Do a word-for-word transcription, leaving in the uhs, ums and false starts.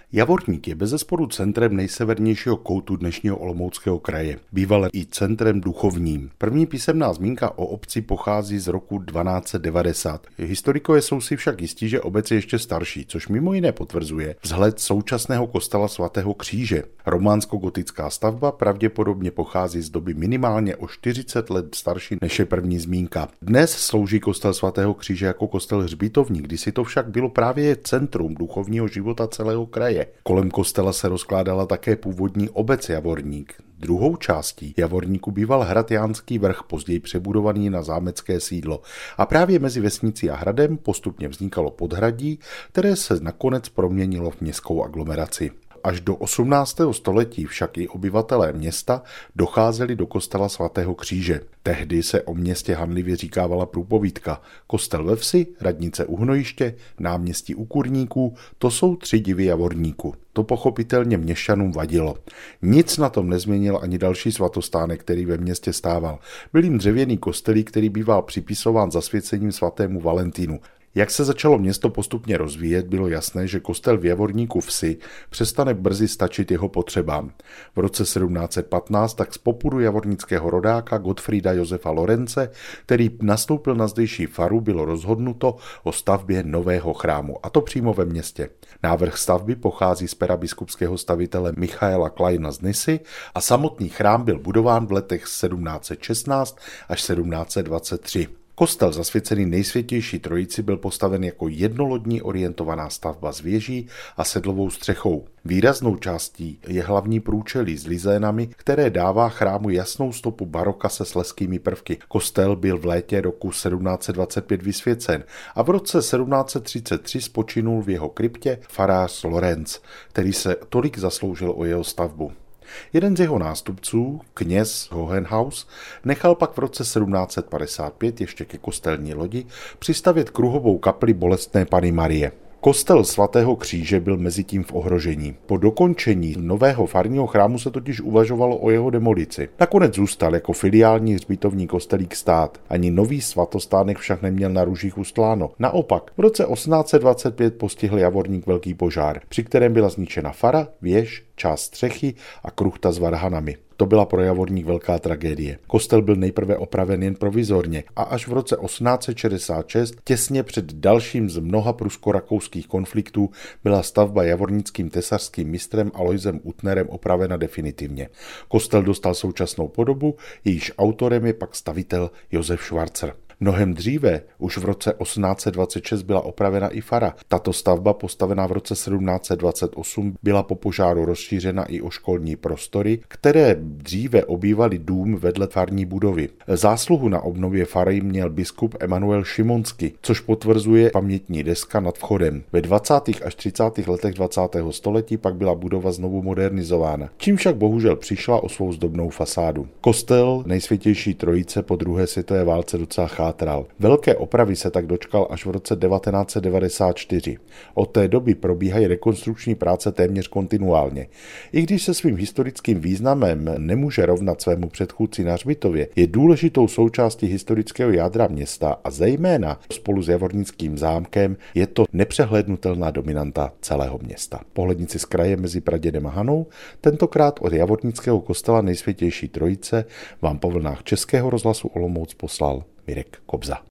Javorník je bezesporu centrem nejsevernějšího koutu dnešního Olomouckého kraje. Býval i centrem duchovním. První písemná zmínka o obci pochází z roku dvanáct set devadesát. Historikové jsou si však jistí, že obec je ještě starší, což mimo jiné potvrzuje vzhled současného kostela svatého Kříže. Románsko-gotická stavba pravděpodobně pochází z doby minimálně o čtyřicet let starší než je první zmínka. Dnes slouží kostel svatého Kříže jako kostel hřbitovní, kdysi to však bylo právě centrum duchovního života celého kraje. Kolem kostela se rozkládala také původní obec Javorník. Druhou částí Javorníku býval hrad Jánský Vrch, později přebudovaný na zámecké sídlo. A právě mezi vesnicí a hradem postupně vznikalo podhradí, které se nakonec proměnilo v městskou aglomeraci. Až do osmnáctého století však i obyvatelé města docházeli do kostela svatého Kříže. Tehdy se o městě hanlivě říkávala průpovídka. Kostel ve vsi, radnice u hnojiště, náměstí u kurníků, to jsou tři divy Javorníku. To pochopitelně měšťanům vadilo. Nic na tom nezměnil ani další svatostánek, který ve městě stával. Byl jim dřevěný kostelík, který býval připisován zasvěcením svatému Valentínu. Jak se začalo město postupně rozvíjet, bylo jasné, že kostel v Javorníku vsi přestane brzy stačit jeho potřebám. V roce sedmnáct set patnáct tak z popudu javornického rodáka Gottfrieda Josefa Lorence, který nastoupil na zdejší faru, bylo rozhodnuto o stavbě nového chrámu, a to přímo ve městě. Návrh stavby pochází z pera biskupského stavitele Michaela Kleina z Nysy a samotný chrám byl budován v letech sedmnáct set šestnáct až sedmnáct set dvacet tři. Kostel zasvěcený Nejsvětější Trojici byl postaven jako jednolodní orientovaná stavba s věží a sedlovou střechou. Výraznou částí je hlavní průčelí s lizénami, které dává chrámu jasnou stopu baroka se slezskými prvky. Kostel byl v létě roku sedmnáct set dvacet pět vysvěcen a v roce sedmnáct set třicet tři spočinul v jeho kryptě farář Lorenc, který se tolik zasloužil o jeho stavbu. Jeden z jeho nástupců, kněz Hohenhaus, nechal pak v roce sedmnáct set padesát pět ještě ke kostelní lodi přistavět kruhovou kapli Bolestné Panny Marie. Kostel svatého Kříže byl mezitím v ohrožení. Po dokončení nového farního chrámu se totiž uvažovalo o jeho demolici. Nakonec zůstal jako filiální hřbitovní kostelík stát. Ani nový svatostánek však neměl na ružích ustláno. Naopak, v roce osmnáct set dvacet pět postihl Javorník velký požár, při kterém byla zničena fara, věž, část střechy a kruchta s varhanami. To byla pro Javorník velká tragédie. Kostel byl nejprve opraven jen provizorně a až v roce osmnáct set šedesát šest, těsně před dalším z mnoha prusko-rakouských konfliktů, byla stavba javornickým tesařským mistrem Aloisem Utnerem opravena definitivně. Kostel dostal současnou podobu, jejíž autorem je pak stavitel Josef Schwarzer. Mnohem dříve, už v roce osmnáct set dvacet šest, byla opravena i fara. Tato stavba, postavená v roce sedmnáct set dvacet osm, byla po požáru rozšířena i o školní prostory, které dříve obývaly dům vedle farní budovy. Zásluhu na obnově fary měl biskup Emanuel Šimonský, což potvrzuje pamětní deska nad vchodem. Ve dvacátých až třicátých letech dvacátého století pak byla budova znovu modernizována, čím však bohužel přišla o svou zdobnou fasádu. Kostel Nejsvětější Trojice po druhé světové válce docela chátral. Velké opravy se tak dočkal až v roce devatenáct set devadesát čtyři. Od té doby probíhají rekonstrukční práce téměř kontinuálně. I když se svým historickým významem nemůže rovnat svému předchůdci na hřbitově, je důležitou součástí historického jádra města a zejména spolu s Javornickým zámkem je to nepřehlédnutelná dominanta celého města. Pohlednici z kraje mezi pradědem a Hanou, tentokrát od Javornického kostela Nejsvětější Trojice, vám po vlnách Českého rozhlasu Olomouc poslal Mirek Kobza.